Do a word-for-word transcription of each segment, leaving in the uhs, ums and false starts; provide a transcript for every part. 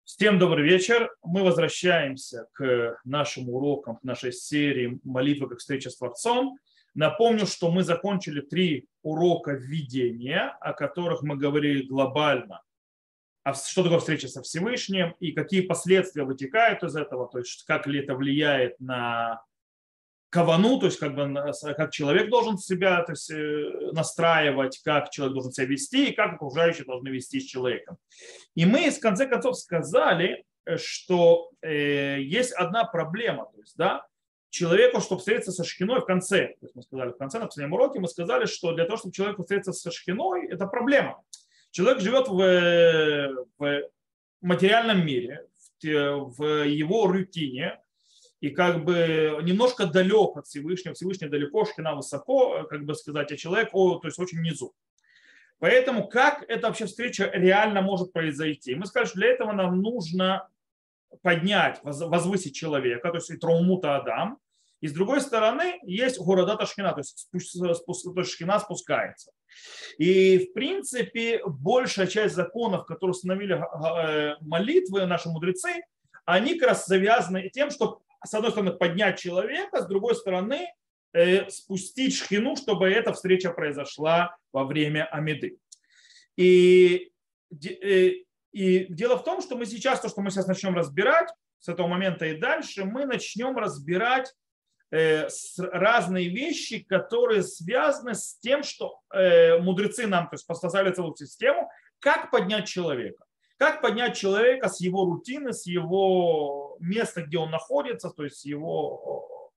Всем добрый вечер. Мы возвращаемся к нашим урокам, к нашей серии «Молитва как встреча с Творцом». Напомню, что мы закончили три урока введения, о которых мы говорили глобально. А что такое встреча со Всевышним и какие последствия вытекают из этого, то есть как ли это влияет на кавану, то есть как, бы, как человек должен себя то есть, настраивать, как человек должен себя вести и как окружающие должны вести с человеком. И мы в конце концов сказали, что э, есть одна проблема, то есть, да, человеку, чтобы встретиться со шхиной в конце, то есть мы сказали в конце, на последнем уроке, мы сказали, что для того, чтобы человек встретиться со шхиной, это проблема. Человек живет в, в материальном мире, в, в его рутине, и как бы немножко далек от Всевышнего, Всевышний далеко, шхина высоко, как бы сказать, а человек, о, то есть очень внизу. Поэтому как эта вообще встреча реально может произойти? Мы сказали, что для этого нам нужно поднять, возвысить человека, то есть Траумута Адам. И с другой стороны есть Горадата Шхина, то есть, то есть шхина спускается. И в принципе большая часть законов, которые установили молитвы наши мудрецы, они как раз завязаны тем, что с одной стороны поднять человека, с другой стороны спустить шхину, чтобы эта встреча произошла во время Амиды. И, и, и дело в том, что мы сейчас, то, что мы сейчас начнем разбирать, с этого момента и дальше, мы начнем разбирать э, разные вещи, которые связаны с тем, что э, мудрецы нам то есть, поставили целую систему, как поднять человека. Как поднять человека с его рутины, с его места, где он находится, то есть с его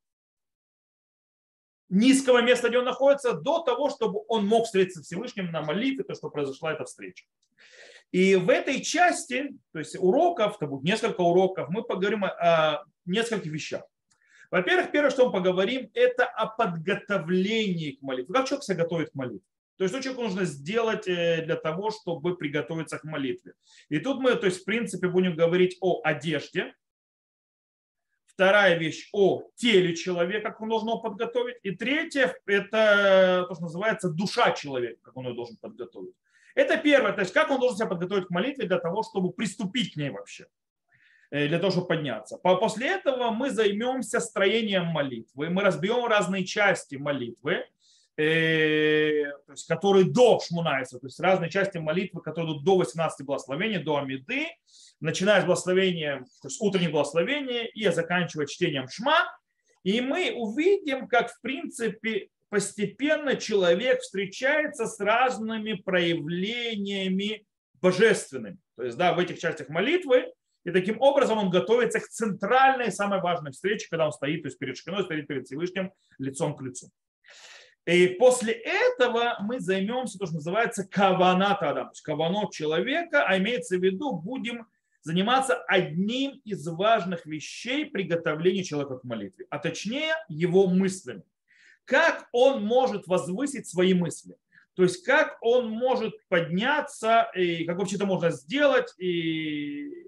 низкого места, где он находится, до того, чтобы он мог встретиться с Всевышним на молитве, то, что произошла эта встреча. И в этой части, то есть уроков, это будет несколько уроков, мы поговорим о нескольких вещах. Во-первых, первое, что мы поговорим, это о подготовлении к молитве. Как человек себя готовит к молитве? То есть, что человеку нужно сделать для того, чтобы приготовиться к молитве. И тут мы, то есть, в принципе, будем говорить о одежде. Вторая вещь о теле человека, как он должен его подготовить. И третье, это то, что называется душа человека, как он ее должен подготовить. Это первое, то есть как он должен себя подготовить к молитве для того, чтобы приступить к ней вообще, для того, чтобы подняться. После этого мы займемся строением молитвы, мы разберем разные части молитвы, то есть, которые до Шмунайса, то есть разные части молитвы, которые идут до восемнадцати благословений, до Амиды, начиная с благословения, то есть утреннего благословения и заканчивая чтением Шма. И мы увидим, как в принципе постепенно человек встречается с разными проявлениями божественными. То есть да, в этих частях молитвы. И таким образом он готовится к центральной, самой важной встрече, когда он стоит то есть перед Шхиной, стоит перед Всевышним лицом к лицу. И после этого мы займемся то, что называется каванат Адам, то есть каванот человека, а имеется в виду, будем заниматься одним из важных вещей приготовления человека к молитве, а точнее его мыслями. Как он может возвысить свои мысли, то есть как он может подняться, и как вообще это можно сделать, и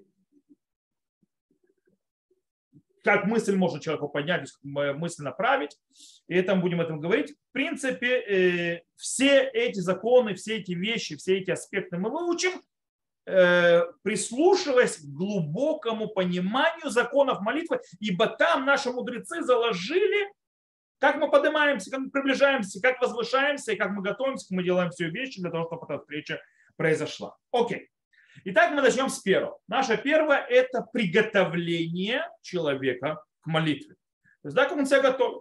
как мысль можно человеку поднять, мысль направить, и это мы будем об этом говорить. В принципе, все эти законы, все эти вещи, все эти аспекты мы выучим, прислушиваясь к глубокому пониманию законов молитвы, ибо там наши мудрецы заложили, как мы поднимаемся, как мы приближаемся, как возвышаемся, и как мы готовимся, как мы делаем все вещи для того, чтобы эта встреча произошла. Окей. Итак, мы начнем с первого. Наше первое – это приготовление человека к молитве. То есть, да, как он себя готовит.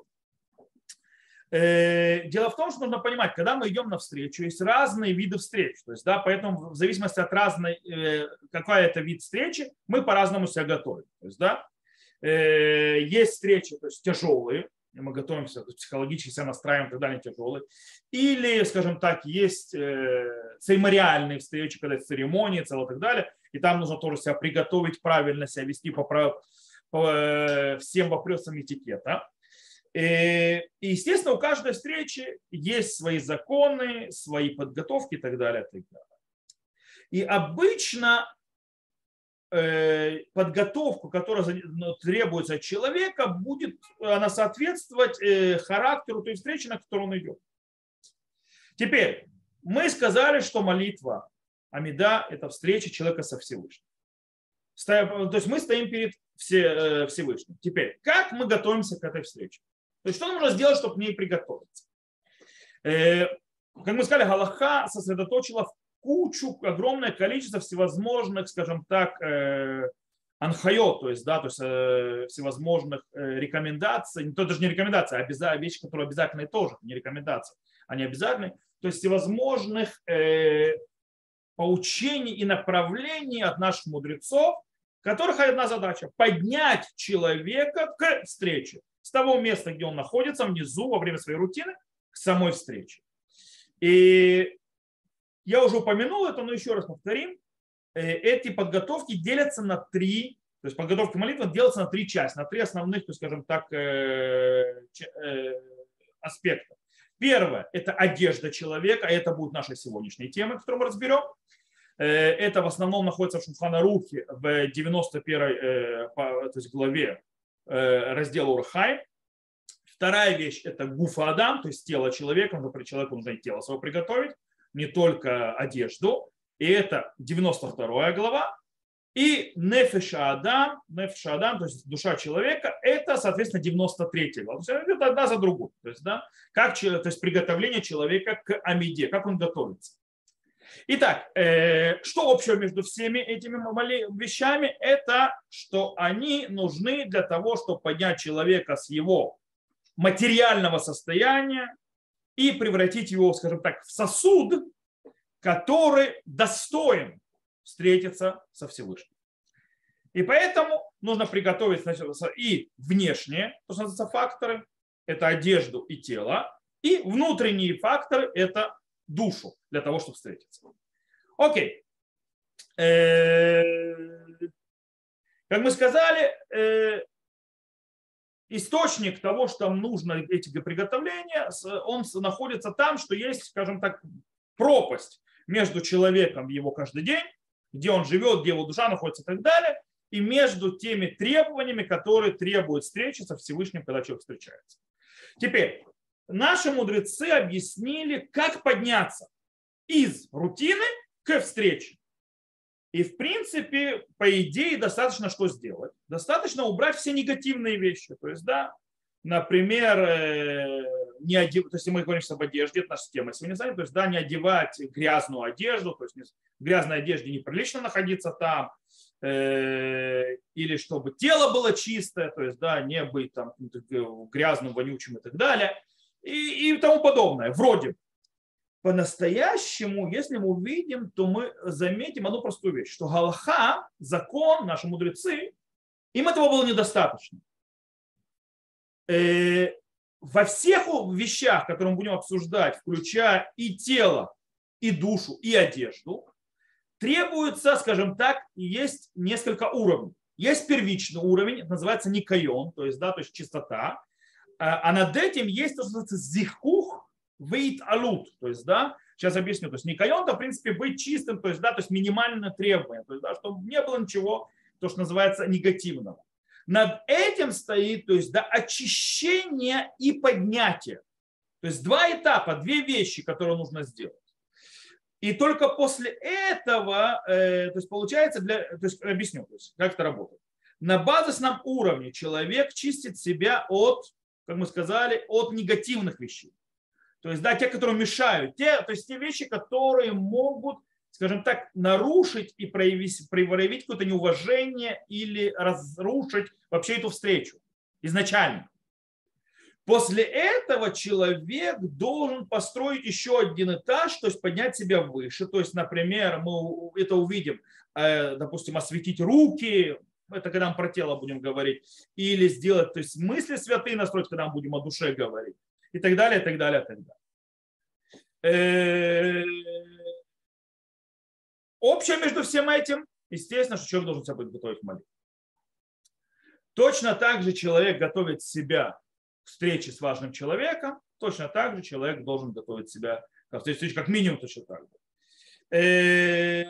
Дело в том, что нужно понимать, когда мы идем на встречу, есть разные виды встреч. То есть, да, поэтому в зависимости от разной, какой это вид встречи, мы по-разному себя готовим. То есть, да, есть встречи, то есть тяжелые, мы готовимся, то есть психологически себя настраиваем, когда они тяжелые. Или, скажем так, есть церемониальные встречи, когда есть церемонии, целое и так далее. И там нужно тоже себя приготовить, правильно себя вести по, по всем вопросам этикета. И, естественно, у каждой встречи есть свои законы, свои подготовки и так далее. И, так далее. И обычно подготовку, которая требуется от человека, будет она соответствовать характеру той встречи, на которую он идет. Теперь, мы сказали, что молитва Амида – это встреча человека со Всевышним. То есть мы стоим перед Всевышним. Теперь, как мы готовимся к этой встрече? То есть что нужно сделать, чтобы к ней приготовиться? Как мы сказали, галаха сосредоточила кучу, огромное количество всевозможных, скажем так, анхайот, то есть, да, то есть всевозможных рекомендаций, то даже не рекомендации, а вещи, которые обязательны тоже, не рекомендации, они обязательны, то есть всевозможных поучений и направлений от наших мудрецов, которых одна задача – поднять человека к встрече с того места, где он находится, внизу, во время своей рутины, к самой встрече. И я уже упомянул это, но еще раз повторим. Эти подготовки делятся на три, то есть подготовка молитвы делятся на три части, на три основных, то есть, скажем так, аспекта. Первое – это одежда человека, это будет наша сегодняшняя тема, которую мы разберем. Это в основном находится в Шулхан Арухе в девяносто первой то есть главе раздела Ур-Хайм. Вторая вещь – это гуфа Адам, то есть тело человека, например, человеку нужно и тело свое приготовить, не только одежду. И это девяносто вторая глава. И нефеша Адам, нефеша Адам, то есть душа человека, это, соответственно, девяносто третья глава. То есть это одна за другой. То есть, да, как, то есть приготовление человека к амиде, как он готовится. Итак, э, что общего между всеми этими вещами? Это, что они нужны для того, чтобы поднять человека с его материального состояния и превратить его, скажем так, в сосуд, который достоин встретиться со Всевышним. И поэтому нужно приготовить и внешние, то, что называется, факторы, это одежду и тело, и внутренние факторы, это душу, для того, чтобы встретиться. Окей. Как мы сказали, источник того, что нам нужно эти приготовления, он находится там, что есть, скажем так, пропасть между человеком в его каждый день, где он живет, где его душа находится и так далее, и между теми требованиями, которые требуют встречи со Всевышним, когда человек встречается. Теперь, наши мудрецы объяснили, как подняться из рутины к встрече. И, в принципе, по идее, достаточно что сделать? Достаточно убрать все негативные вещи. То есть, да, например, не одев... то есть, мы говорим сейчас об одежде, это наша тема сегодня занята, то есть, да, не одевать грязную одежду, то есть в грязной одежде неприлично находиться там, э... или чтобы тело было чистое, то есть, да, не быть там грязным, вонючим и так далее, и, и тому подобное. Вроде по-настоящему, если мы увидим, то мы заметим одну простую вещь, что галаха, закон, наши мудрецы, им этого было недостаточно. Э, во всех вещах, которые мы будем обсуждать, включая и тело, и душу, и одежду, требуется, скажем так, есть несколько уровней. Есть первичный уровень, это называется никайон, то есть, да, то есть чистота, а над этим есть то, что называется зихух, вейт алут, то есть, да, сейчас объясню, то есть никайон, то в принципе быть чистым, то есть, да, то есть минимальное требование, то есть, да, чтобы не было ничего, то, что называется негативного. Над этим стоит, то есть, да, очищение и поднятие. То есть два этапа, две вещи, которые нужно сделать. И только после этого, э, то есть получается, для, то есть объясню, то есть, как это работает. На базисном уровне человек чистит себя от, как мы сказали, от негативных вещей. То есть, да, те, которые мешают, те, то есть те вещи, которые могут, скажем так, нарушить и проявить, проявить какое-то неуважение или разрушить вообще эту встречу изначально. После этого человек должен построить еще один этаж, то есть поднять себя выше. То есть, например, мы это увидим, допустим, осветить руки, это когда мы про тело будем говорить, или сделать, то есть мысли святые настроить, когда мы будем о душе говорить. И так далее, и так далее, и так далее. Общее между всем этим, естественно, что человек должен себя быть готовить к молитве. Точно так же человек готовит себя к встрече с важным человеком, точно так же человек должен готовить себя к встрече, как минимум точно так же.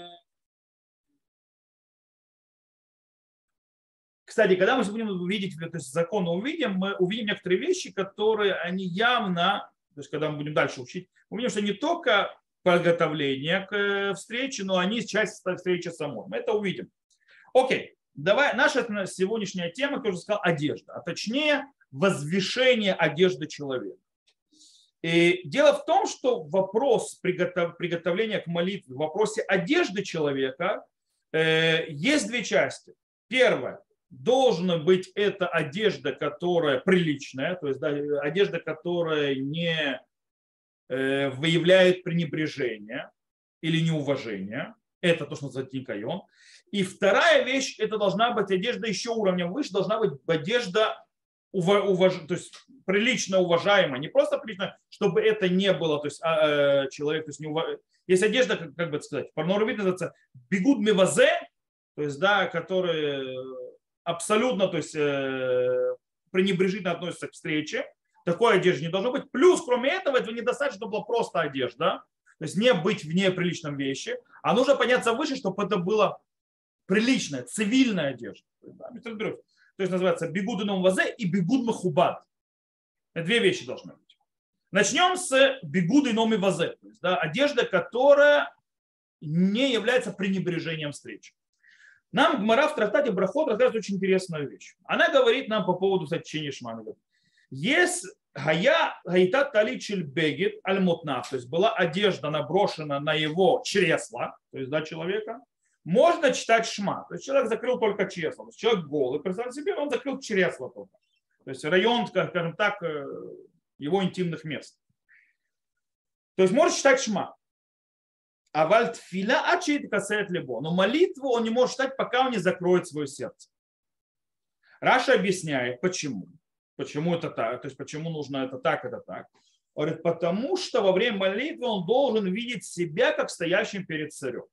Кстати, когда мы будем видеть, то есть законы увидим, мы увидим некоторые вещи, которые они явно, то есть когда мы будем дальше учить, увидим, что не только подготовление к встрече, но они часть встречи самой. Мы это увидим. Окей, давай, наша сегодняшняя тема, как я уже сказал, одежда, а точнее возвышение одежды человека. И дело в том, что вопрос приготов, приготовления к молитве, в вопросе одежды человека э, есть две части. Первое. Должна быть эта одежда, которая приличная, то есть да, одежда, которая не э, выявляет пренебрежение или неуважение. Это то, что называется никайон. И вторая вещь, это должна быть одежда еще уровнем выше, должна быть одежда уваж... то есть прилично уважаемая, не просто прилично, чтобы это не было, то есть а, э, человек, то есть не ув... есть одежда, как, как бы это сказать, порнорубит называется бигуд мивазе, то есть да, который абсолютно, то есть э, пренебрежительно относится к встрече. Такой одежды не должно быть. Плюс, кроме этого, этого недостаточно, чтобы была просто одежда, то есть не быть в неприличном вещи, а нужно подняться выше, чтобы это было приличная, цивильная одежда. То есть называется бигуд мивазе и бигуд махубад. Две вещи должны быть. Начнем с бигуд мивазе, то есть да, одежда, которая не является пренебрежением встречи. Нам Гмара в трактате Брахот рассказывает очень интересную вещь. Она говорит нам по поводу сочинения Шмана. Есть гая гайта таличель бегет аль-мотнав, то есть была одежда наброшена на его чресло, то есть да, человека. Можно читать шма, то есть человек закрыл только чресло, то есть человек голый, представьте себе, он закрыл чресло только. То есть район, скажем так, его интимных мест. То есть может читать шма. А вальтфиля ачит касает либо. Но молитву он не может читать, пока он не закроет свое сердце. Раша объясняет, почему. Почему это так, то есть почему нужно это так, это так. Говорит, потому что во время молитвы он должен видеть себя как стоящим перед царем.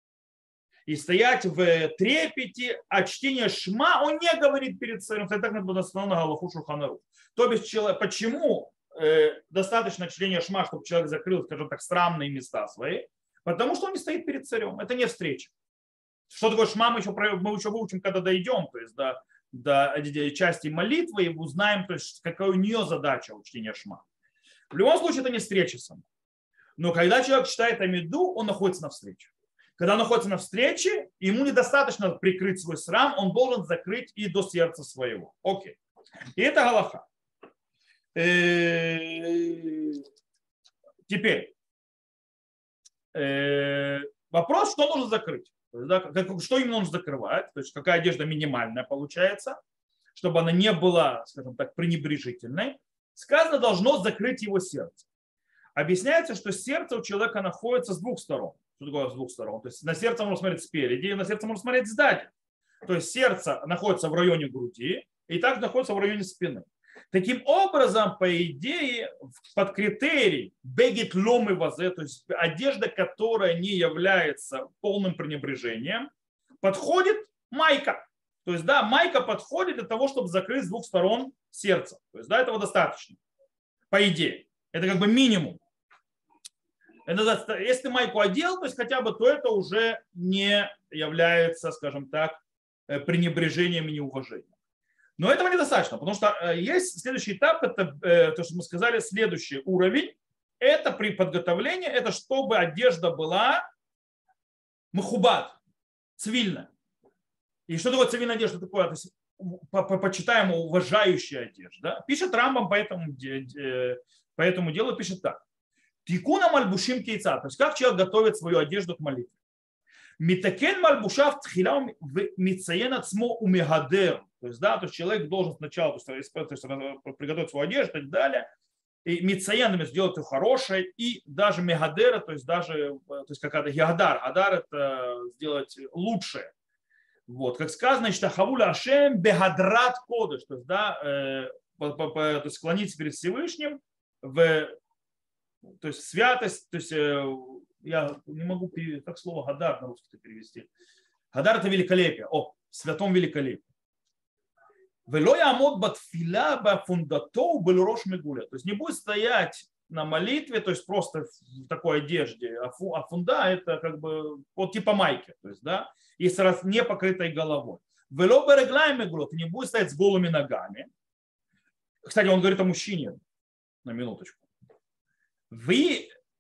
И стоять в трепете, а чтение шма он не говорит перед царем. Это так надо на Галаху Шулхан Арух. То есть почему э, достаточно чтения шма, чтобы человек закрыл, скажем так, срамные места свои? Потому что он не стоит перед царем. Это не встреча. Что такое шма, мы еще, мы еще выучим, когда дойдем, то есть до, до части молитвы, и узнаем, то есть, какая у нее задача у чтения шма. В любом случае, это не встреча сама. Но когда человек читает Амиду, он находится на встрече. Когда он находится на встрече, ему недостаточно прикрыть свой срам, он должен закрыть и до сердца своего. Окей. И это галаха. Теперь. Вопрос, что нужно закрыть. Что именно нужно закрывать, то есть какая одежда минимальная получается, чтобы она не была, скажем так, пренебрежительной. Сказано, должно закрыть его сердце. Объясняется, что сердце у человека находится с двух сторон. Что такое с двух сторон? То есть на сердце можно смотреть спереди, и на сердце можно смотреть сзади. То есть сердце находится в районе груди, и также находится в районе спины. Таким образом, по идее, под критерий бегет лом и вазе, то есть одежда, которая не является полным пренебрежением, подходит майка. То есть, да, майка подходит для того, чтобы закрыть с двух сторон сердце. То есть, да, этого достаточно. По идее. Это как бы минимум. Это, если ты майку одел, то есть хотя бы, то это уже не является, скажем так, пренебрежением и неуважением. Но этого недостаточно, потому что есть следующий этап, это то, что мы сказали, следующий уровень. Это при подготовлении, это чтобы одежда была махубат, цивильная. И что такое цивильная одежда? Такое, то есть, почитаемо уважающая одежда. Пишет Рамбам по этому, по этому делу, пишет так. Тикуна мальбушим кейца, то есть как человек готовит свою одежду к молитве. Митакен мальбушав тхилам мицаен ацмо умегадер. То есть, да, то есть человек должен сначала то есть, то есть, приготовить свою одежду и так далее. И мицаен сделать ее хорошей. И даже мегадера, то есть даже то есть какая-то ягадар. Адар это сделать лучшее. Вот, как сказано, что хавуля ашем бегадрат кодыш. То есть, да, э, по, по, по, то есть склониться перед Всевышним в то есть святость, то есть э, я не могу как слово гадар на русский перевести. Гадар это великолепие, о, святом великолепии. Велоя амод батфиля бафундато был рош мегуля. То есть не будет стоять на молитве, то есть просто в такой одежде, а фунда это как бы вот типа майки, то есть да, и с не покрытой головой. Вело береглай мегуля, ты не будет стоять с голыми ногами. Кстати, он говорит о мужчине, на минуточку. Вы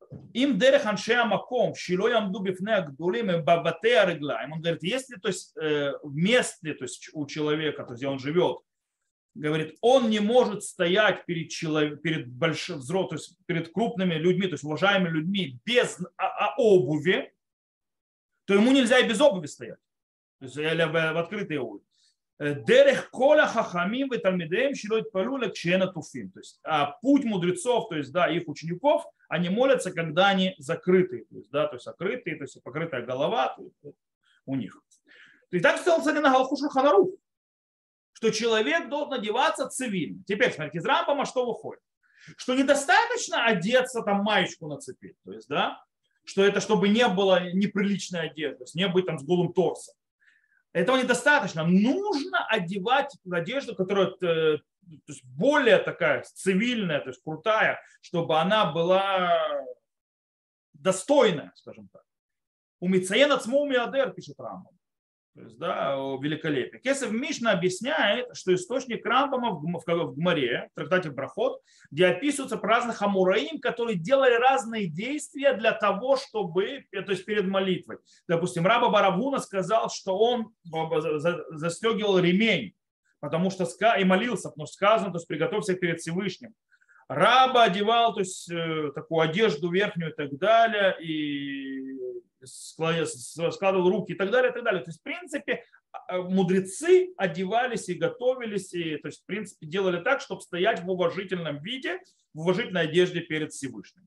им дерех аншея маком, шило ямду бифне агдулим и бабате ареглаем. Он говорит, если то есть, в месте, то есть у человека, то есть, где он живет, говорит, он не может стоять перед, человек, перед, большим, взрослым, то есть перед крупными людьми, то есть уважаемыми людьми без а, а, обуви, то ему нельзя и без обуви стоять. То есть или в, в открытой обуви. Дерех коля хахамим и талмидеем шилойт палуля кшена туфим. То есть а путь мудрецов, то есть да, их учеников, они молятся, когда они закрытые, то есть, да, то есть закрытые, то есть покрытая голова то есть, у них. И так сказал, кстати, на Галаху Шулхан Арух, что человек должен одеваться цивильно. Теперь, смотрите, из Рамбама что выходит? Что недостаточно одеться, там, маечку нацепить, то есть, да, что это, чтобы не было неприличной одежды, то есть не быть там с голым торсом. Этого недостаточно. Нужно одевать одежду, которая то есть, более такая цивильная, то есть крутая, чтобы она была достойная, скажем так. У Мицаена Цмоуми Адер, пишет Рамбам. То есть, да, великолепие. Кесев Мишна объясняет, что источник Рамбама в Гмаре, в трактате Брахот, где описываются про разных амураим, которые делали разные действия для того, чтобы, то есть перед молитвой. Допустим, Раба Барабуна сказал, что он застегивал ремень, потому что и молился, потому что сказано, то есть приготовься перед Всевышним. Раба одевал, то есть такую одежду верхнюю и так далее, и складывал руки и так далее, и так далее. То есть, в принципе, мудрецы одевались и готовились, и, то есть, в принципе, делали так, чтобы стоять в уважительном виде, в уважительной одежде перед Всевышним.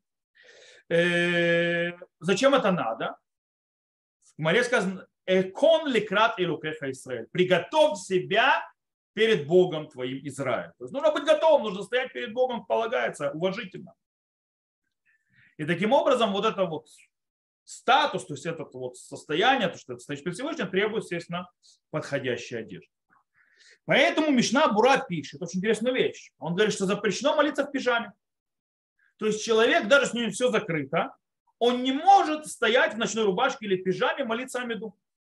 Зачем это надо? В Гмаре сказано, «Экон ликрат илукеха Исраэль». Приготовь себя перед Богом твоим Израиль. То есть нужно быть готовым, нужно стоять перед Богом, полагается, уважительно. И таким образом вот это вот статус, то есть это вот состояние, то, что это стоишь перед Всевышним, требует, естественно, подходящей одежды. Поэтому Мишна Бура пишет очень интересную вещь. Он говорит, что запрещено молиться в пижаме. То есть человек, даже если у него все закрыто, он не может стоять в ночной рубашке или пижаме молиться Амиду.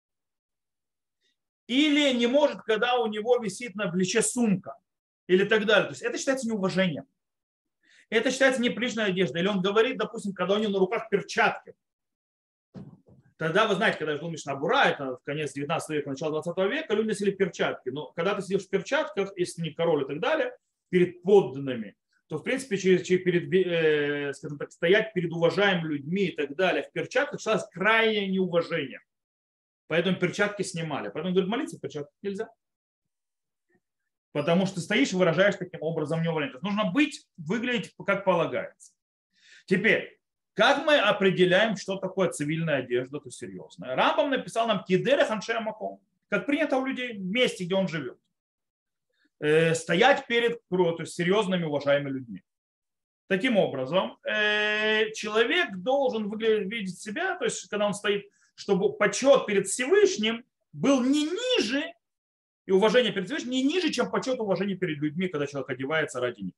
Или не может, когда у него висит на плече сумка. Или так далее. То есть это считается неуважением. Это считается неприличной одеждой. Или он говорит, допустим, когда у него на руках перчатки. Тогда, вы знаете, когда я жил Мишна Бура, это в конец девятнадцатого века, начало двадцатого века, люди носили перчатки. Но когда ты сидишь в перчатках, если не король и так далее, перед подданными, то, в принципе, через, через, перед, э, скажем так, стоять перед уважаемыми людьми и так далее в перчатках считалось крайнее неуважение. Поэтому перчатки снимали. Поэтому, говорит, молиться в перчатках нельзя. Потому что ты стоишь и выражаешь таким образом неуважение. Нужно быть, выглядеть как полагается. Теперь, как мы определяем, что такое цивильная одежда, то серьезная? Рамбам написал нам кидере ханшея маком, как принято у людей в месте, где он живет. Э, стоять перед то есть, серьезными уважаемыми людьми. Таким образом, э, человек должен выглядеть, видеть себя, то есть когда он стоит, чтобы почет перед Всевышним был не ниже, и уважение перед Всевышним не ниже, чем почет и уважение перед людьми, когда человек одевается ради них.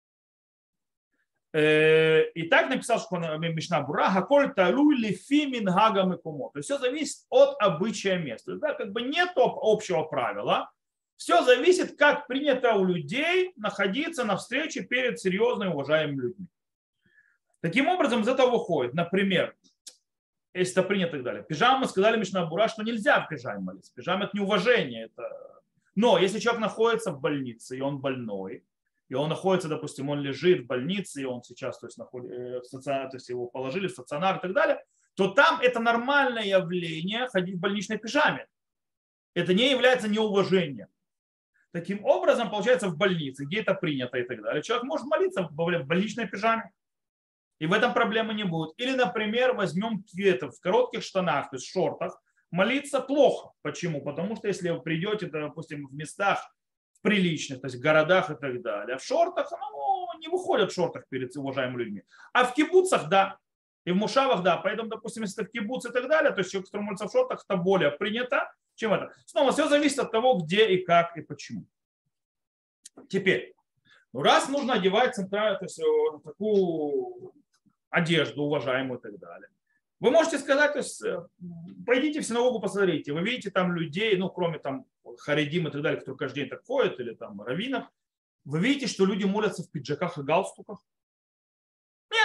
И так написал Мишна Бура, «Хаколь талуй лифи минхага мекумо». То есть все зависит от обычая места. Да, как бы нет общего правила. Все зависит, как принято у людей находиться на встрече перед серьезными уважаемыми людьми. Таким образом, из этого выходит, например, если это принято и так далее. Пижама, мы сказали Мишна Бура, что нельзя в пижаме молиться. Пижама – это неуважение. Это... Но если человек находится в больнице, и он больной, и он находится, допустим, он лежит в больнице, и он сейчас, то есть, находится, в стационар, то есть его положили в стационар и так далее, то там это нормальное явление ходить в больничной пижаме. Это не является неуважением. Таким образом, получается, в больнице, где это принято и так далее, человек может молиться в больничной пижаме. И в этом проблемы не будет. Или, например, возьмем это, в коротких штанах, то есть в шортах, молиться плохо. Почему? Потому что если вы придете, допустим, в местах приличных, то есть в городах и так далее, в шортах, ну, не выходят в шортах перед уважаемыми людьми. А в кибуцах, да. И в мушавах, да. Поэтому, допустим, если это в кибуц и так далее, то есть человек, который молится в шортах, это более принято, чем это. Снова, все зависит от того, где и как и почему. Теперь, ну, раз нужно одевать центральную, то есть такую одежду уважаемую и так далее. Вы можете сказать, то есть, пойдите в синагогу, посмотрите, вы видите там людей, ну, кроме там харидим и так далее, которые каждый день так ходят, или там раввинов, вы видите, что люди молятся в пиджаках и галстуках? Нет,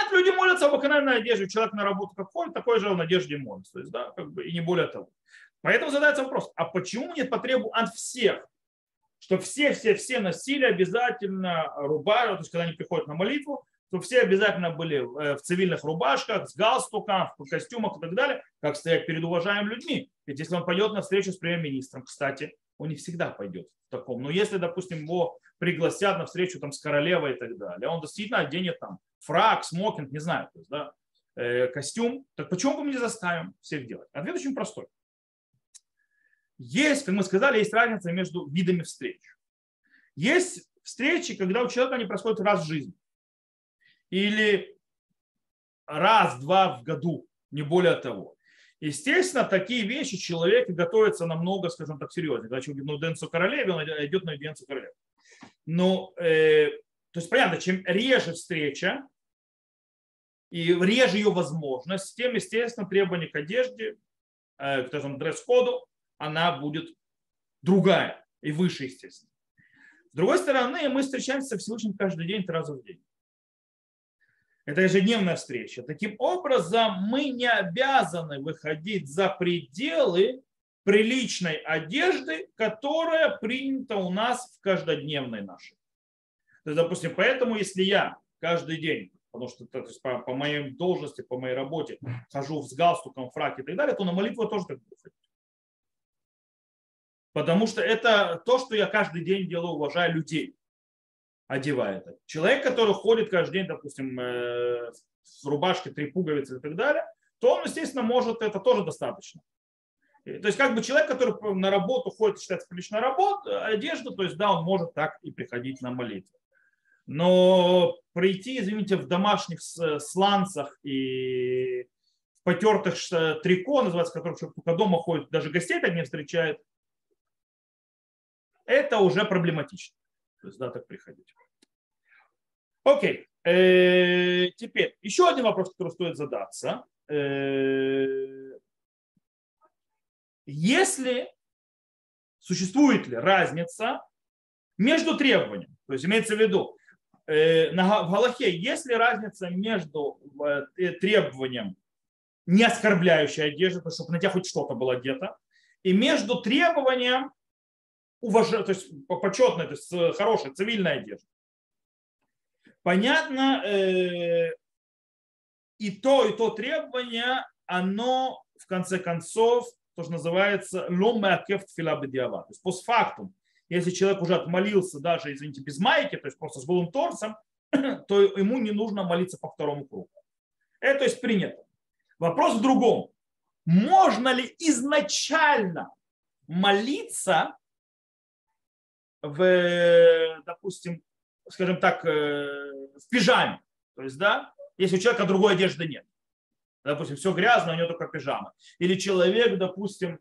Нет, люди молятся в обыкновенной одежде. Человек на работу как ходит, такой же в одежде молится. То есть, да, как бы, и не более того. Поэтому задается вопрос, а почему мне потребуют от всех, что все-все-все носили обязательно рубашку, то есть когда они приходят на молитву, то все обязательно были в цивильных рубашках, с галстуком, в костюмах и так далее, как стоять перед уважаемыми людьми. Ведь если он пойдет на встречу с премьер-министром, кстати, он не всегда пойдет в таком. Но если, допустим, его пригласят на встречу там, с королевой и так далее, он действительно оденет там фрак, смокинг, не знаю, то есть, да, э, костюм, так почему мы не заставим всех делать? Ответ очень простой. Есть, как мы сказали, есть разница между видами встреч. Есть встречи, когда у человека они происходят раз в жизни. Или раз-два в году, не более того. Естественно, такие вещи человек готовится намного, скажем так, серьезнее. Когда человек идет на аудиенцию королеве, он идет на аудиенцию королеве. Но, э, то есть, понятно, чем реже встреча и реже ее возможность, тем, естественно, требования к одежде, э, к скажем, дресс-коду, она будет другая и выше, естественно. С другой стороны, мы встречаемся со Всевышним каждый день, три раза в день. Это ежедневная встреча. Таким образом, мы не обязаны выходить за пределы приличной одежды, которая принята у нас в каждодневной нашей. То есть, допустим, поэтому, если я каждый день, потому что то есть, по, по моей должности, по моей работе хожу с галстуком, фраке и так далее, то на молитву я тоже так буду ходить. Потому что это то, что я каждый день делаю, уважая людей, одевая это. Человек, который ходит каждый день, допустим, в рубашке, три пуговицы и так далее, то он, естественно, может, это тоже достаточно. То есть, как бы человек, который на работу ходит, считается приличная работа, одежда, то есть, да, он может так и приходить на молитву. Но прийти, извините, в домашних сланцах и в потертых трико, называется, который только дома ходит, даже гостей так не встречает, это уже проблематично. То есть, да, так приходить. Окей. Э-э- теперь еще один вопрос, который стоит задаться. Э-э- если существует ли разница между требованием, то есть имеется в виду, э- на, в Галахе, есть ли разница между э- требованием не оскорбляющей одежды, то есть, чтобы на тебя хоть что-то было одето, и между требованием уважать, то есть почетной, то есть хорошей, цивильной одежды. Понятно, э, и то, и то требование, оно в конце концов, то, что называется ломеакефт филабедиава. То есть постфактум, если человек уже отмолился даже, извините, без майки, то есть просто с голым торсом, то ему не нужно молиться по второму кругу. Это, то есть, принято. Вопрос в другом. Можно ли изначально молиться в, допустим, скажем так, в пижаме. То есть, да, если у человека другой одежды нет. Допустим, все грязно, у него только пижама. Или человек, допустим,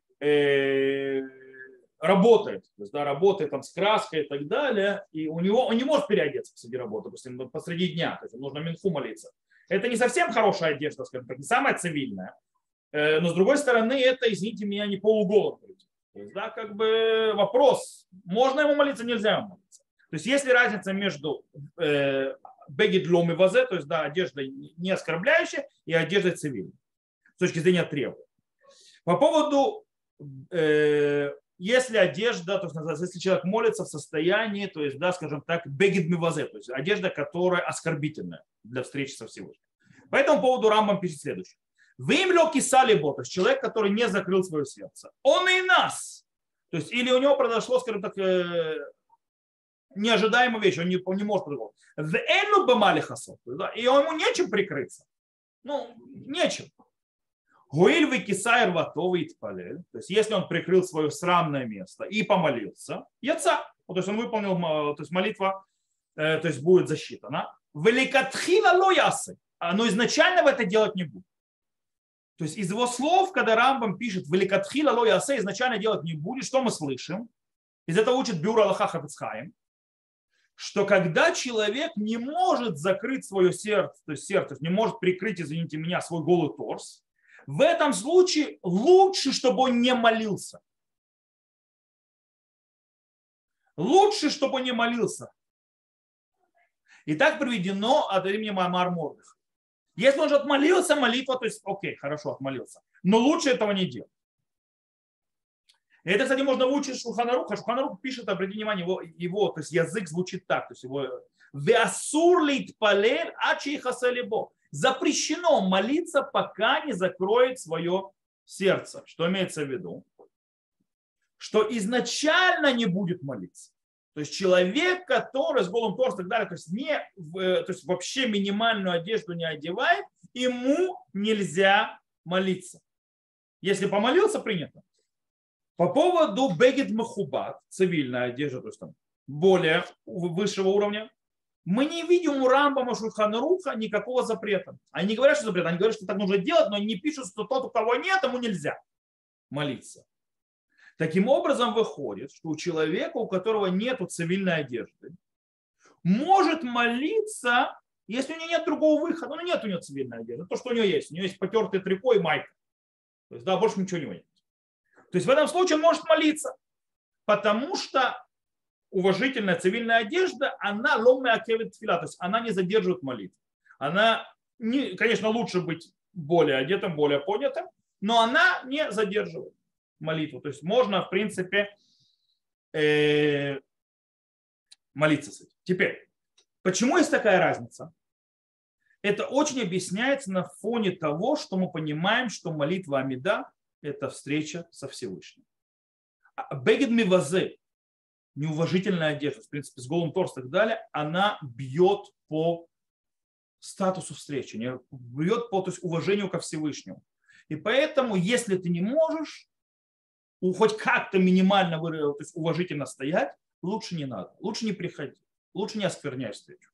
работает, то есть, да, работает там с краской и так далее, и у него, он не может переодеться посреди работы, допустим, посреди дня, то есть нужно минху молиться. Это не совсем хорошая одежда, скажем так, не самая цивильная, но с другой стороны, это, извините меня, не полуголод. То есть, да, как бы вопрос, можно ему молиться, нельзя ему молиться. То есть, есть ли разница между бегид лом и вазе, то есть, да, одеждой не оскорбляющей и одеждой цивильной, с точки зрения требований. По поводу, э, если одежда, то есть, если человек молится в состоянии, то есть, да, скажем так, бегид мивазе, то есть, одежда, которая оскорбительная для встречи со Всевышним. По этому поводу Рамбам пишет следующее. Вы им легкий салибо, то есть человек, который не закрыл свое сердце. Он и нас. То есть, или у него произошло, скажем так, э, неожидаемая вещь, он не, он не может по-другому. И ему нечем прикрыться. Ну, нечем. Гуиль выкисайр ватовый палель. То есть, если он прикрыл свое срамное место и помолился, яца. То есть, он выполнил, то есть, молитва, э, то есть, будет засчитана. Великатхила лоясы. Но изначально в это делать не будет. То есть из его слов, когда Рамбам пишет «Великатхила ло ясе», изначально делать не будет, что мы слышим? Из этого учит Бюр Алаха Хафец Хаим, что когда человек не может закрыть свое сердце, то есть сердце, не может прикрыть, извините меня, свой голый торс, в этом случае лучше, чтобы он не молился. Лучше, чтобы он не молился. И так приведено от имени Маамар Мордых. Если он же отмолился, молитва, то есть, окей, хорошо, отмолился. Но лучше этого не делать. И это, кстати, можно выучить Шулхан Аруха. Шулхан Арух пишет, обратите внимание, его, его, то есть язык звучит так, то есть его «Веасур литпалель ачи хасалибо». Запрещено молиться, пока не закроет свое сердце. Что имеется в виду? Что изначально не будет молиться. То есть человек, который с голым торсом и так далее, то есть, не, то есть вообще минимальную одежду не одевает, ему нельзя молиться. Если помолился, принято. По поводу бегет махубат, цивильная одежда, то есть там более высшего уровня, мы не видим у Рамбама Шулхан Аруха никакого запрета. Они не говорят, что запрет, они говорят, что так нужно делать, но они не пишут, что тот, у кого нет, ему нельзя молиться. Таким образом выходит, что у человека, у которого нет цивильной одежды, может молиться, если у него нет другого выхода. Ну, нет у него цивильной одежды. То, что у него есть. У него есть потертый трико и майка. То есть, да, больше ничего у него нет. То есть в этом случае он может молиться, потому что уважительная цивильная одежда, она ломная акевит тфила, то есть она не задерживает молитву. Она, не, конечно, лучше быть более одетым, более понятым, но она не задерживает молитву. То есть можно, в принципе, э, молиться с этим. Теперь, почему есть такая разница? Это очень объясняется на фоне того, что мы понимаем, что молитва Амида – это встреча со Всевышним. Бегед мивазе, неуважительная одежда, в принципе, с голым торсом и так далее, она бьет по статусу встречи, бьет по, то есть, уважению ко Всевышнему. И поэтому, если ты не можешь хоть как-то минимально то есть, уважительно стоять, лучше не надо, лучше не приходи, лучше не оскверняй встречу.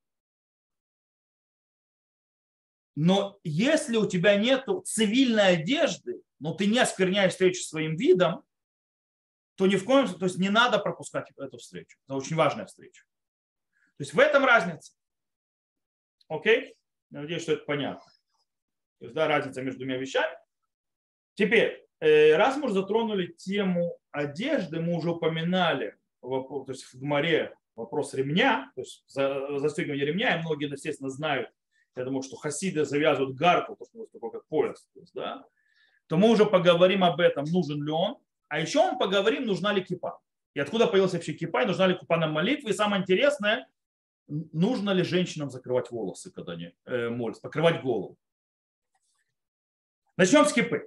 Но если у тебя нет цивильной одежды, но ты не оскверняешь встречу своим видом, то ни в коем случае, то есть не надо пропускать эту встречу. Это очень важная встреча. То есть в этом разница. Окей? Я надеюсь, что это понятно. То есть, да, разница между двумя вещами. Теперь, раз мы уже затронули тему одежды, мы уже упоминали вопрос, то есть в Гмаре вопрос ремня, то есть застегивание ремня, и многие, естественно, знают, я думаю, что хасиды завязывают гарку, то, что такое как пояс, то, есть, да, то мы уже поговорим об этом, нужен ли он. А еще мы поговорим, нужна ли кипа. И откуда появился вообще кипа, и нужна ли кипа на молитву. И самое интересное, нужно ли женщинам закрывать волосы, когда они э, молятся, покрывать голову. Начнем с кипы.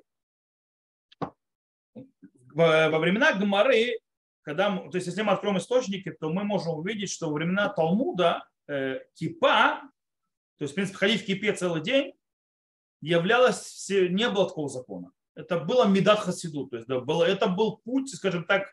Во, во времена Гмары, когда, то есть если мы откроем источники, то мы можем увидеть, что во времена Талмуда э, кипа, то есть, в принципе, ходить в кипе целый день, являлось, не было такого закона. Это было мидат хасиду, то есть да, было, это был путь, скажем так,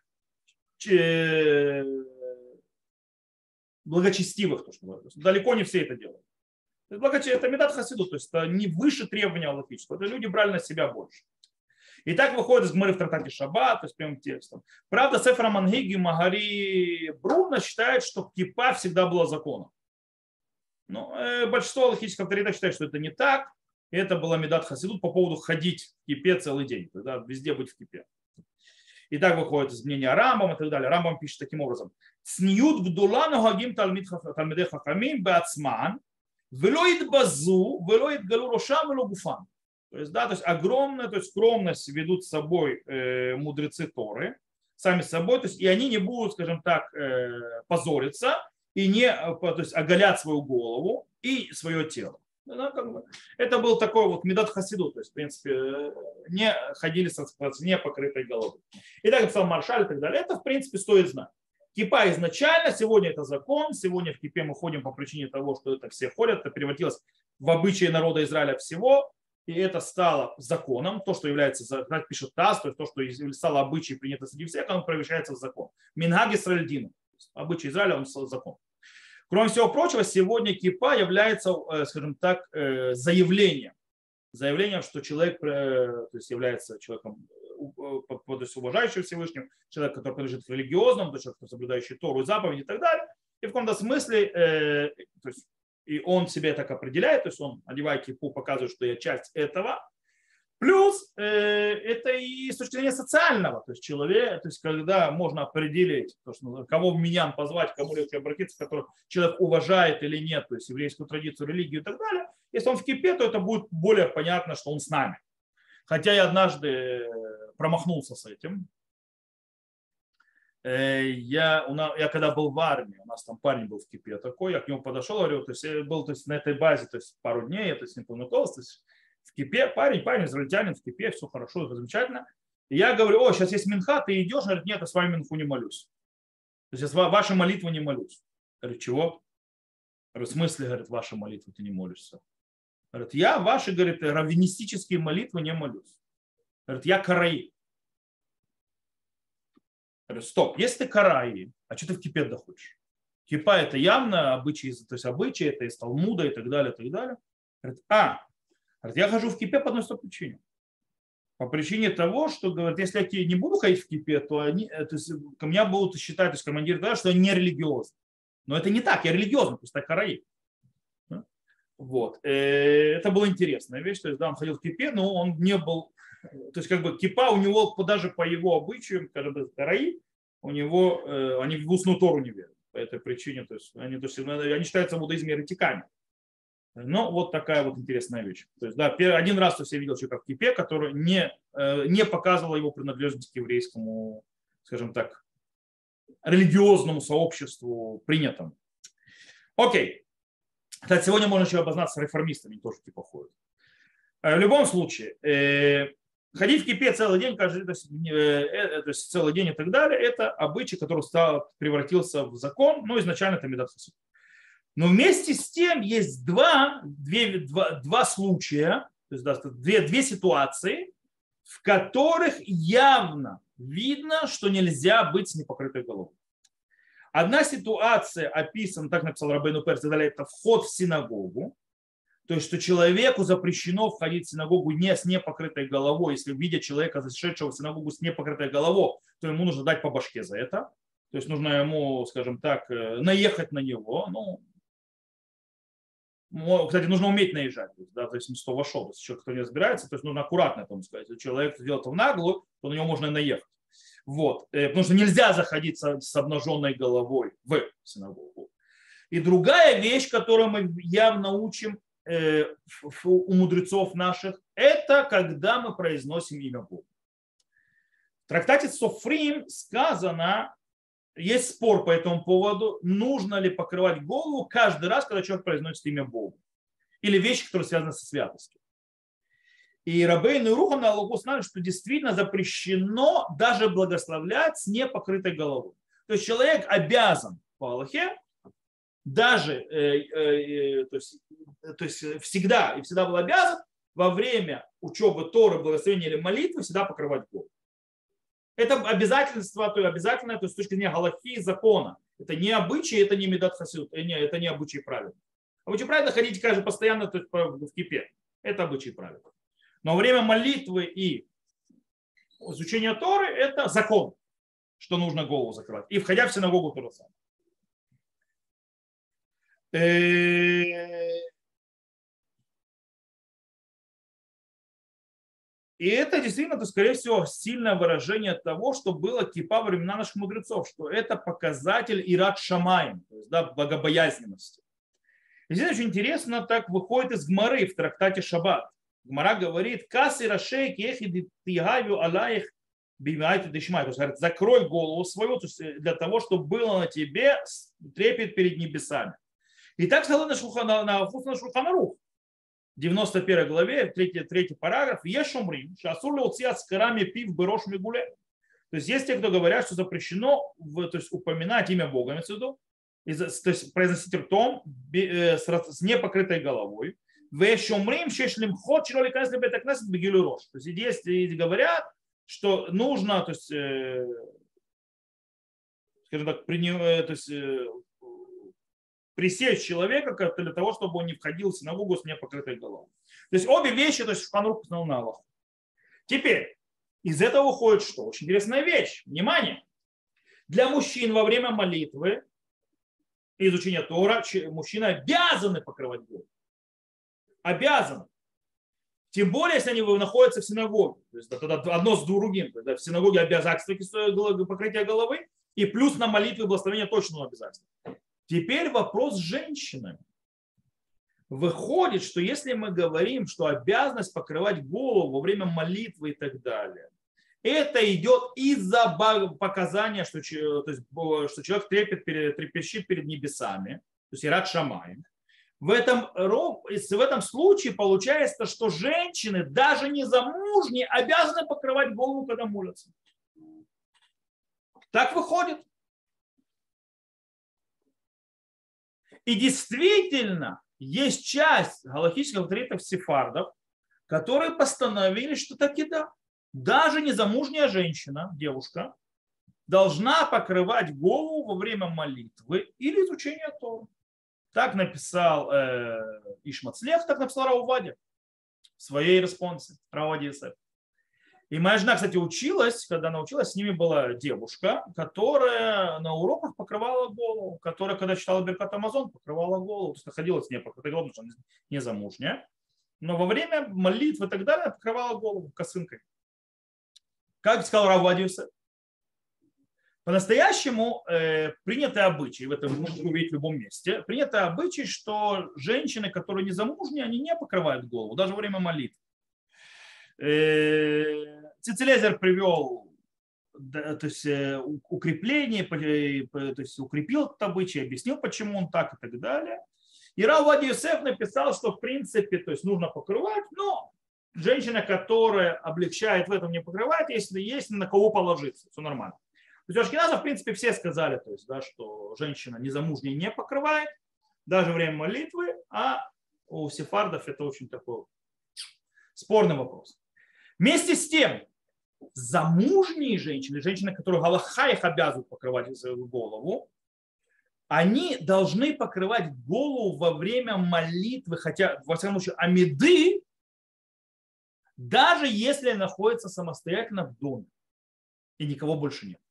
благочестивых. То, что, далеко не все это делают. Это мидат хасиду, то есть это не выше требования аллахического. Это люди брали на себя больше. И так выходит из Гмары в трактате Шаббат, то есть прямым текстом. Правда, Сефер Мангиги Магари Бруна считает, что кипа всегда была законом. Но э, большинство аллахических авторитетов считает, что это не так. И это была мидат хасидут по поводу ходить в кипе целый день, да, везде быть в кипе. И так выходит из мнения Рамбама и так далее. Рамбам пишет таким образом. Цниют гдула ногагим талмидей хахамим беацман велоид базу велоид галу рошам вело гуфан. То есть, да, то есть огромная, то есть скромность ведут с собой э, мудрецы Торы, сами с собой, то есть и они не будут, скажем так, э, позориться и не, то есть оголять свою голову и свое тело. Да, как бы. Это был такой вот медат хасиду, то есть, в принципе, не ходили с не покрытой головой. И так написал Маршаль и так далее. Это, в принципе, стоит знать. Кипа изначально, сегодня это закон, сегодня в кипе мы ходим по причине того, что это все ходят, это превратилось в обычаи народа Израиля всего, и это стало законом, то, что является, как пишет Таз, то есть то, что стало обычаем принято среди всех, оно превращается в закон. Минхаг Исраэль, обычай Израиля, он стал закон. Кроме всего прочего, сегодня кипа является, скажем так, заявлением. Заявлением, что человек то есть, является человеком, то есть, уважающим Всевышним, человек, который принадлежит к религиозному, то есть, человек, соблюдающий Тору и заповеди и так далее. И в каком-то смысле, то есть, и он себя так определяет, то есть он, одевая кипу, показывает, что я часть этого. Плюс э, это и с точки зрения социального, то есть человек, то есть когда можно определить, то, что, кого в миньян позвать, кому легче обратиться, которого человек уважает или нет, то есть еврейскую традицию, религию и так далее. Если он в кипе, то это будет более понятно, что он с нами. Хотя я однажды промахнулся с этим. Я, у нас, я когда был в армии, у нас там парень был в кипе такой, я к нему подошел, говорю, то есть я был то есть, на этой базе то есть, пару дней, я то есть, не познакомился, то есть, в кипе, парень, парень, израильтянин в кипе, все хорошо, это замечательно. И я говорю, о, сейчас есть минха, ты идешь? Он говорит, нет, я с вами минху не молюсь. То есть я вашу молитву не молюсь. Я говорю, чего? Я говорю, в смысле, говорит, вашу молитву ты не молишься? Говорит, я ваши, говорит, раввинистические молитвы не молюсь. Говорит, я караи. Я говорю, стоп, если ты караи, а что ты в кипе доходишь? Кипа это явно обычаи, то есть обычаи, это из Талмуда и так далее, и так далее. Говорит, а, говорит, я хожу в кипе по одной причине. По причине того, что, говорит, если я не буду ходить в кипе, то, они, то есть, ко меня будут считать, то есть командир, да, что я не религиозный. Но это не так, я религиозный, просто караи. Вот. Это была интересная вещь. То есть, да, он ходил в кипе, но он не был... То есть, как бы кипа у него, даже по его обычаям, как бы караи, у него, они в устную Тору не верят. По этой причине. То есть, они, то есть, они считаются в буддизме еретиками. Но вот такая вот интересная вещь. То есть, да, один раз я видел человека в кипе, который не, не показывал его принадлежность к еврейскому, скажем так, религиозному сообществу принятому. Окей. Кстати, сегодня можно еще обознаться с реформистами, тоже типа ходят. В любом случае, ходить в кипе целый день, каждый, то есть, то есть целый день и так далее, это обычай, который стал, превратился в закон, но изначально это медат хасид. Но вместе с тем есть два, две, два, два случая, то есть да, две, две ситуации, в которых явно видно, что нельзя быть с непокрытой головой. Одна ситуация описана, так написал Рабейну Перс, это вход в синагогу, то есть что человеку запрещено входить в синагогу не с непокрытой головой. Если видят человека, зашедшего в синагогу с непокрытой головой, то ему нужно дать по башке за это. То есть нужно ему, скажем так, наехать на него. Ну, кстати, нужно уметь наезжать, да, то есть кто вошел, если человек кто не разбирается, то есть нужно аккуратно этому сказать. Если человек делает это в наглую, то на него можно и наехать. Вот. Потому что нельзя заходить с обнаженной головой в синагогу. И другая вещь, которую мы явно учим у мудрецов наших, это когда мы произносим имя Бога. В трактате Софрим сказано, есть спор по этому поводу, нужно ли покрывать голову каждый раз, когда человек произносит имя Бога. Или вещи, которые связаны со святостью. И Рабейну и Рухам на Аллаху знали, что действительно запрещено даже благословлять с непокрытой головой. То есть человек обязан по Аллахе даже, э, э, то, есть, то есть всегда и всегда был обязан во время учебы Торы, благословения или молитвы всегда покрывать голову. Это обязательство, то есть обязательное, то есть с точки зрения галахи и закона. Это не обычай, это не медат хасид, это не обычай правильно. Обычай правильно ходить, кажется, постоянно то есть, в кипе. Это обычай правильно. Но во время молитвы и изучения Торы это закон, что нужно голову закрывать. И входя в синагогу то же самое. И это действительно, то, скорее всего, сильное выражение того, что было кипа во времена наших мудрецов, что это показатель ират шамаим, то есть да, богобоязненности. И здесь очень интересно, так выходит из Гмары в трактате Шаббат. Гмара говорит, касы рашей кехи тигавю алаих бимайту дешмай. То есть, говорит, закрой голову свою, то есть для того, чтобы было на тебе трепет перед небесами. И так сказано на Шулхан Арух. В девяносто первой главе, третий, третий параграф, Ешумрим, шасур леуциат с карами пив бырош мигуле. То есть есть те, кто говорят, что запрещено то есть, упоминать имя Бога, то есть произносить ртом с непокрытой головой. Вешумрим шешлим ход чилоли канесли бетакнесет бегилю рош. То есть есть говорят, что нужно, то есть, скажем так, то есть, пресечь человека для того, чтобы он не входил в синагогу с непокрытой головой. То есть обе вещи, то есть Шулхан Арух установил на Аллаху. Теперь, из этого выходит что? Очень интересная вещь. Внимание. Для мужчин во время молитвы и изучения Тора мужчины обязаны покрывать голову. Обязаны. Тем более, если они находятся в синагоге. То есть это одно с другим. То есть, да, в синагоге обязательство покрытия головы, и плюс на молитве благословения точно обязательство. Теперь вопрос с женщинами. Выходит, что если мы говорим, что обязанность покрывать голову во время молитвы и так далее, это идет из-за показания, что, то есть, что человек трепет, трепещет перед небесами, то есть ират шамаим. В этом, в этом случае получается, что женщины, даже не замужние, обязаны покрывать голову, когда молятся. Так выходит. И действительно, есть часть галахических авторитетов сефардов, которые постановили, что таки да. Даже незамужняя женщина, девушка, должна покрывать голову во время молитвы или изучения Торы. Так написал э, Ишмацлех, так написал Рав Овадия в своей респонсе. Рав Овадия Йосеф. И моя жена, кстати, училась, когда она училась, с ними была девушка, которая на уроках покрывала голову, которая, когда читала Беркат Амазон, покрывала голову, то есть находилась не покрытой головой, потому что она не замужняя. Но во время молитвы и так далее покрывала голову косынкой. Как сказал Рав Овадия Йосеф. По-настоящему э, принятый обычай, в этом можно увидеть в любом месте, принятый обычай, что женщины, которые не замужние, они не покрывают голову, даже во время молитвы. Э, Цицелезер привел да, то есть, э, укрепление, то есть укрепил этот обычай, объяснил, почему он так и так далее. И Рав Овадия Йосеф написал, что в принципе то есть, нужно покрывать, но женщина, которая облегчает в этом, не покрывает, если есть на кого положиться, все нормально. То есть у ашкеназов, в принципе, все сказали, то есть, да, что женщина незамужняя не покрывает, даже во время молитвы, а у сефардов это очень такой спорный вопрос. Вместе с тем, замужние женщины, женщины, которые галаха их обязывают покрывать свою голову, они должны покрывать голову во время молитвы, хотя, во всяком случае, амиды, даже если находится самостоятельно в доме и никого больше нет.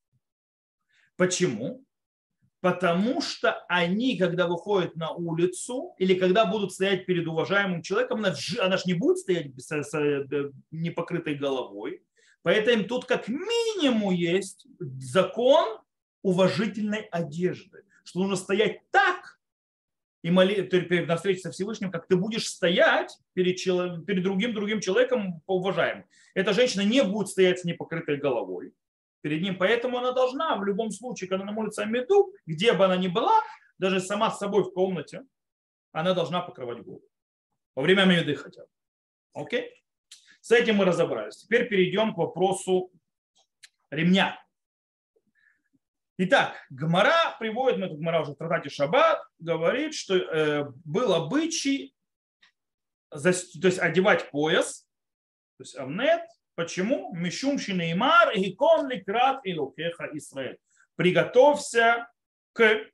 Почему? Потому что они, когда выходят на улицу или когда будут стоять перед уважаемым человеком, она же не будет стоять без непокрытой головой. Поэтому тут как минимум есть закон уважительной одежды, что нужно стоять так и молиться на встрече со Всевышним, как ты будешь стоять перед, человек, перед другим, другим человеком по уважаемым. Эта женщина не будет стоять с непокрытой головой перед ним, поэтому она должна в любом случае, когда она молится амиду, где бы она ни была, даже сама с собой в комнате, она должна покрывать голову. Во время амиды хотя бы. Окей? С этим мы разобрались. Теперь перейдем к вопросу ремня. Итак, Гмара приводит, ну, Гмара уже в трактате Шаббат, говорит, что э, был обычай то есть одевать пояс, то есть амнет. Почему? Мишум шинеймар гикон ликрат илукеха Исраэль. Приготовься к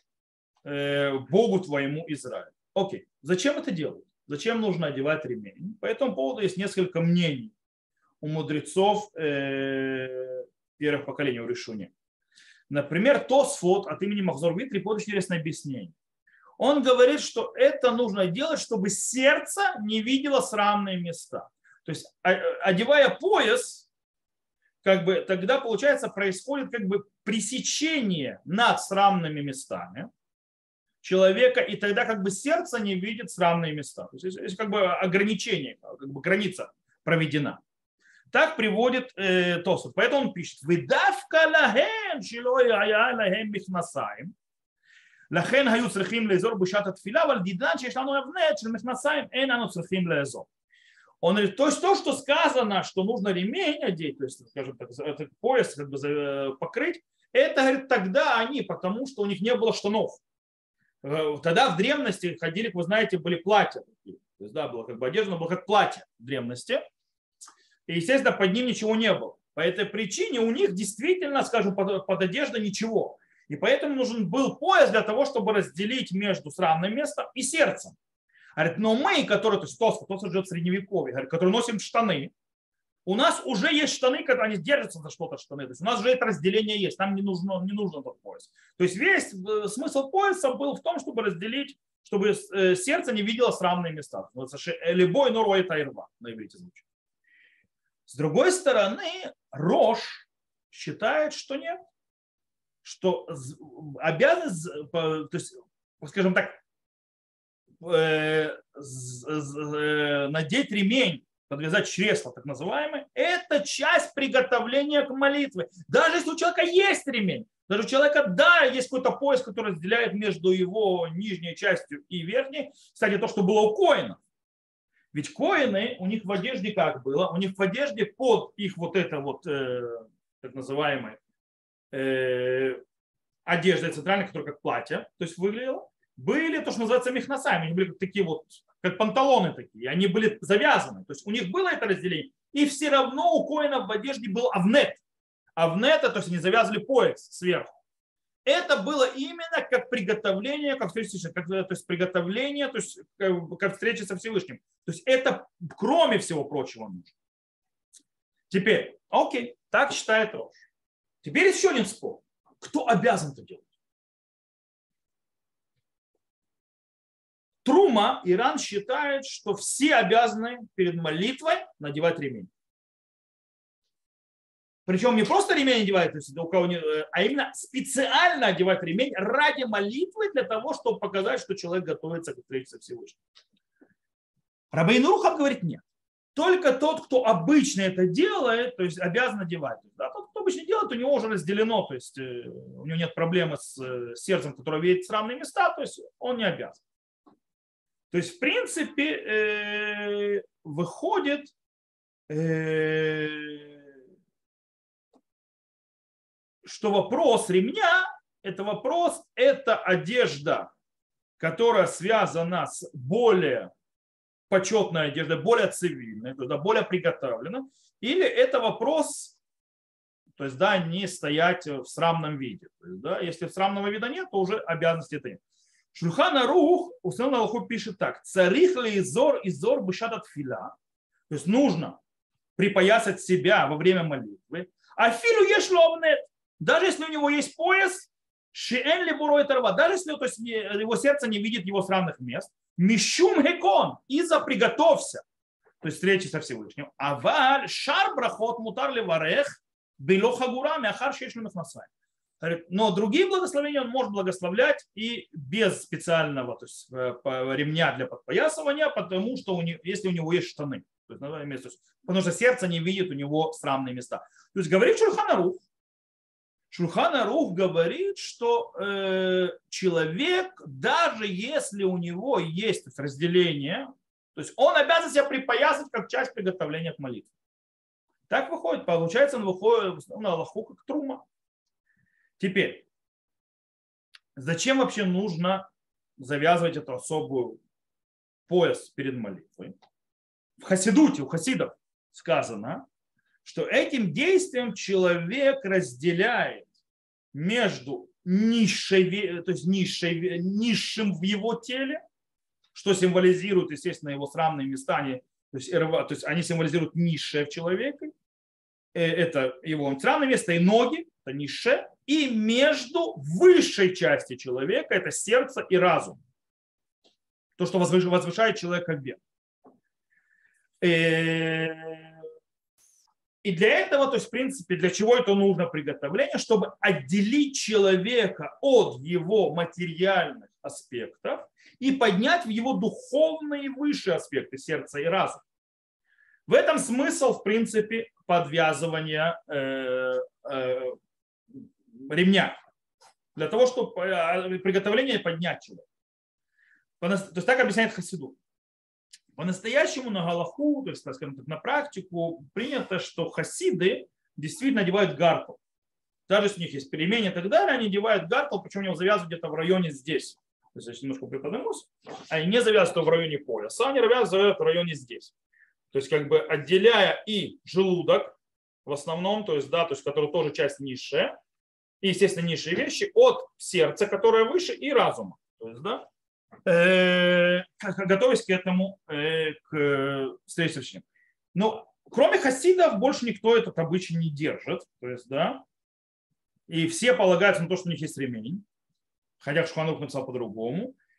э, Богу твоему Израилю. Окей. Зачем это делать? Зачем нужно одевать ремень? По этому поводу есть несколько мнений у мудрецов э, первых поколений у Решуни. Например, Тосфот от имени Махзор Витри приводит очень интересное объяснение. Он говорит, что это нужно делать, чтобы сердце не видело срамные места. То есть, одевая пояс, как бы, тогда, получается, происходит как бы пресечение над срамными местами человека, и тогда как бы сердце не видит срамные места. То есть, есть как бы ограничение, как бы граница проведена. Так приводит э, Тосфот. Поэтому он пишет: «Выдавка лахем, шилой ая лахем михнасаем, лахен хаю црехим лезор бушат атфила, валь диднан шешлану авнет, шел михнасаем, эн ану црехим лезор». Он говорит, то есть то, что сказано, что нужно ремень одеть, то есть, скажем так, этот пояс как бы покрыть, это, говорит, тогда они, потому что у них не было штанов. Тогда в древности ходили, вы знаете, были платья. То есть, да, было как бы одежда, но было как платье в древности. И, естественно, под ним ничего не было. По этой причине у них действительно, скажем, под, под одеждой ничего. И поэтому нужен был пояс для того, чтобы разделить между срамным местом и сердцем. Говорит, но мы, которые, то есть Тосфот, Тосфот живет в средневековье, говорит, которые носим штаны, у нас уже есть штаны, которые они держатся за что-то штаны. То есть у нас уже это разделение есть, нам не нужно, не нужен этот пояс. То есть весь смысл пояса был в том, чтобы разделить чтобы сердце не видело срамные места. Любой норой тайрва на иврите звучит. С другой стороны, Рош считает, что нет, что обязанность, то есть, скажем так, надеть ремень, подвязать чресло, так называемое, это часть приготовления к молитве. Даже если у человека есть ремень, даже у человека, да, есть какой-то пояс, который разделяет между его нижней частью и верхней. Кстати, то, что было у коинов. Ведь коины, у них в одежде как было? У них в одежде под их вот это вот, э, так называемое, э, одежда центральная, которая как платье, то есть выглядела, были то, что называется мехнасами. Они были как такие вот, как панталоны такие. Они были завязаны. То есть у них было это разделение. И все равно у коинов в одежде был авнет. Авнет, то есть они завязывали пояс сверху. Это было именно как приготовление, как, как, то есть приготовление, то есть как встреча со Всевышним. То есть это кроме всего прочего нужно. Теперь, окей, так считает Рош. Теперь еще один спор. Кто обязан это делать? Трума, Иран считает, что все обязаны перед молитвой надевать ремень. Причем не просто ремень одевать, то есть у кого не, а именно специально одевать ремень ради молитвы для того, чтобы показать, что человек готовится к встрече со Всевышним. Рабейну Рухам говорит нет. Только тот, кто обычно это делает, то есть обязан одевать. Да, тот, кто обычно делает, у него уже разделено, то есть у него нет проблемы с сердцем, которое видит срамные места, то есть он не обязан. То есть, в принципе, выходит, что вопрос ремня, это вопрос, это одежда, которая связана с более почетной одеждой, более цивильной, то есть более приготовленной, или это вопрос, то есть, да, не стоять в срамном виде. То есть, да, если срамного вида нет, то уже обязанности это нет. Шульхан Арух, установлен Аллаху, пишет так: царих ли изор, изор бышат фила, то есть нужно припоясать себя во время молитвы, а филу ешловнет, даже если у него есть пояс, шиэн ли буроет рва, даже если то есть, его сердце не видит его срамных мест, мишум гекон, из-за приготовься, то есть встречи со Всевышним, аваль шар брахот мутар ли варех бело хагура мяхар шешлюмах насай. Но другие благословения он может благословлять и без специального, то есть, ремня для подпоясывания, потому что у него, если у него есть штаны. То есть, потому что сердце не видит у него срамные места. То есть говорит Шульхан Арух. Шульхан Арух говорит, что э, человек, даже если у него есть то есть, разделение, то есть он обязан себя припоясать как часть приготовления к молитве. Так выходит. Получается, он выходит на Аллаху как трума. Теперь, зачем вообще нужно завязывать эту особую пояс перед молитвой? В Хасидуте, у хасидов сказано, что этим действием человек разделяет между низшей, то есть низшей, низшим в его теле, что символизирует, естественно, его срамные места, они, то, есть, то есть они символизируют низшее в человеке, это его срамное место и ноги, это низшее, и между высшей части человека, это сердце и разум. То, что возвышает человека вверх. И для этого, то есть, в принципе, для чего это нужно приготовление? Чтобы отделить человека от его материальных аспектов и поднять в его духовные высшие аспекты сердца и разума. В этом смысл, в принципе, подвязывания э, э, ремня. Для того, чтобы приготовление поднять человека. То есть так объясняет Хасиду. По-настоящему на галаху, то есть, скажем так, на практику принято, что хасиды действительно одевают гаркал. Даже если у них есть перемены и так далее, они одевают гаркал, причем его завязывают где-то в районе здесь. То есть, если немножко приподнимусь, они не завязывают в районе пояса, они завязывают в районе здесь. То есть, как бы отделяя и желудок в основном, то есть, да, то есть, который тоже часть низшая, и, естественно, низшие вещи, от сердца, которое выше, и разума. То есть, да, готовясь к этому, к встрече с ним. Но кроме хасидов больше никто этот обычай не держит. То есть, да, и все полагаются на то, что у них есть ремень. Хотя Шульхан Арух написал по-другому.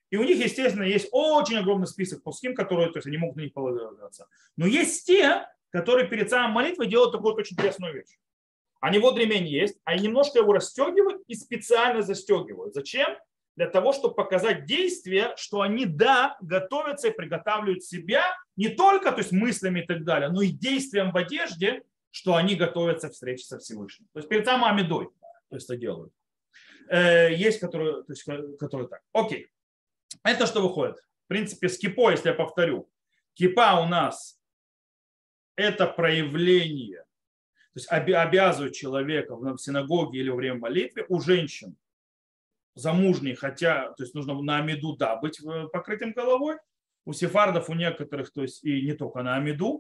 И у них, естественно, есть очень огромный список пуским, которые, то есть они могут на них полагаться. Но есть те, которые перед самой молитвой делают такую вот очень интересную вещь. Они вот ремень есть, они немножко его расстегивают и специально застегивают. Зачем? Для того, чтобы показать действие, что они, да, готовятся и приготавливают себя не только, то есть мыслями и так далее, но и действием в одежде, что они готовятся к встрече со Всевышним. То есть перед самой Амидой, то есть это делают. Есть, которые, то есть, которые так. Окей. Это что выходит? В принципе, с кипой, если я повторю. Кипа у нас это проявление, то есть обязывает человека в синагоге или во время молитвы у женщин замужней, хотя, то есть нужно на амиду, да, быть покрытым головой. У сефардов, у некоторых, то есть и не только на амиду.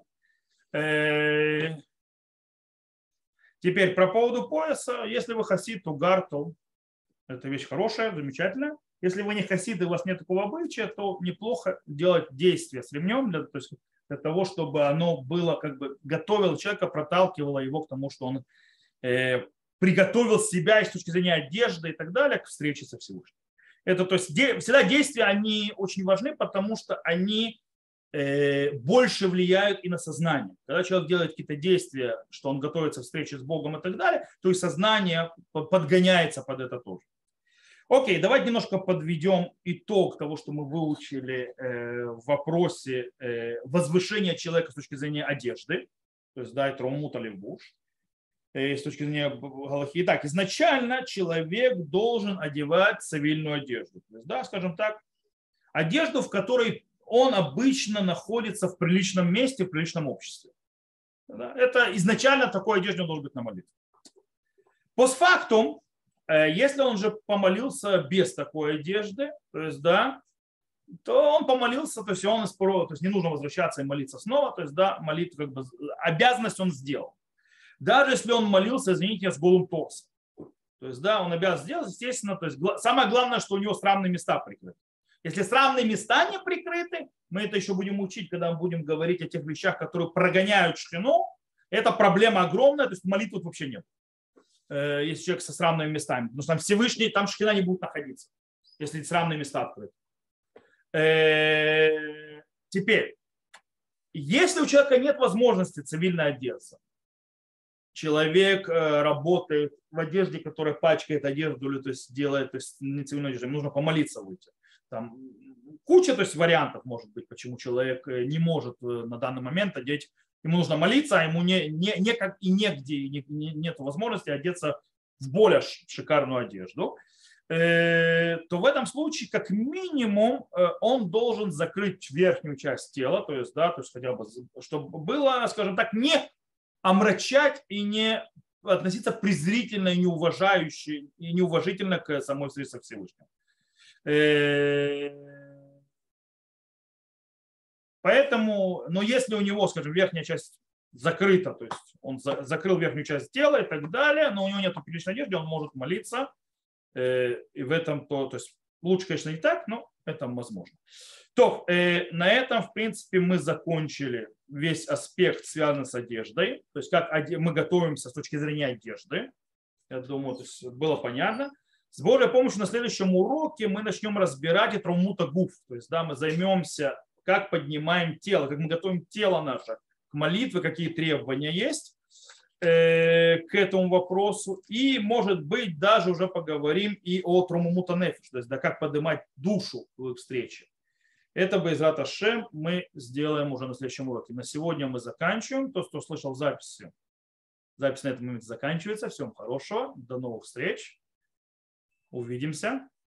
Теперь про поводу пояса. Если вы хасид, то гар, то это вещь хорошая, замечательная. Если вы не хасид и у вас нет такого обычая, то неплохо делать действия с ремнем для, то есть для того, чтобы оно было, как бы готовило человека, проталкивало его к тому, что он э, приготовил себя и с точки зрения одежды и так далее к встрече со Всевышним. Это, то есть, де, всегда действия, они очень важны, потому что они э, больше влияют и на сознание. Когда человек делает какие-то действия, что он готовится к встрече с Богом и так далее, то и сознание подгоняется под это тоже. Окей, давайте немножко подведем итог того, что мы выучили в вопросе возвышения человека с точки зрения одежды, то есть да, траумута левбуш, с точки зрения галахи. Итак, изначально человек должен одевать цивильную одежду, то есть, да, скажем так, одежду, в которой он обычно находится в приличном месте, в приличном обществе. Это изначально такой одежде он должен быть на молитве. Постфактум, если он же помолился без такой одежды, то есть, да, то он помолился, то есть он испорол, то есть не нужно возвращаться и молиться снова, то есть, да, молитву, как бы, обязанность он сделал. Даже если он молился, извините, с голым торсом. То есть, да, он обязан сделать, естественно, то есть самое главное, что у него срамные места прикрыты. Если срамные места не прикрыты, мы это еще будем учить, когда мы будем говорить о тех вещах, которые прогоняют шхину. Это проблема огромная, то есть молитвы вообще нет. Если человек со срамными местами. Потому что там Всевышний, там шхина не будет находиться, если срамные места открыты. Теперь, если у человека нет возможности цивильно одеться, человек работает в одежде, которая пачкает одежду, или то есть делает, то есть не цивильную одежду, ему нужно помолиться выйти. Там куча, то есть вариантов может быть, почему человек не может на данный момент одеть. Ему нужно молиться, а ему не, не, никак и негде, и не, не, нет возможности одеться в более шикарную одежду, э, то в этом случае, как минимум, э, он должен закрыть верхнюю часть тела, то есть, да, то есть хотя бы, чтобы было, скажем так, не омрачать и не относиться презрительно и неуважающе, и неуважительно к самой встрече со Всевышним. Э, Поэтому, но если у него, скажем, верхняя часть закрыта, то есть он за, закрыл верхнюю часть тела и так далее, но у него нет приличной одежды, он может молиться. Э, и в этом то, то есть лучше, конечно, не так, но это возможно. То, э, на этом, в принципе, мы закончили весь аспект, связанный с одеждой. То есть как оде- мы готовимся с точки зрения одежды. Я думаю, то есть было понятно. С Божьей помощью на следующем уроке мы начнем разбирать и траумута гуф. То есть да, мы займемся, как поднимаем тело, как мы готовим тело наше к молитве, какие требования есть э, к этому вопросу. И, может быть, даже уже поговорим и о траумута нефиш, то есть да, как поднимать душу в их встрече. Это Бейзрат Ашем мы сделаем уже на следующем уроке. На сегодня мы заканчиваем. Тот, кто слышал записи, запись на этом моменте заканчивается. Всем хорошего, до новых встреч. Увидимся.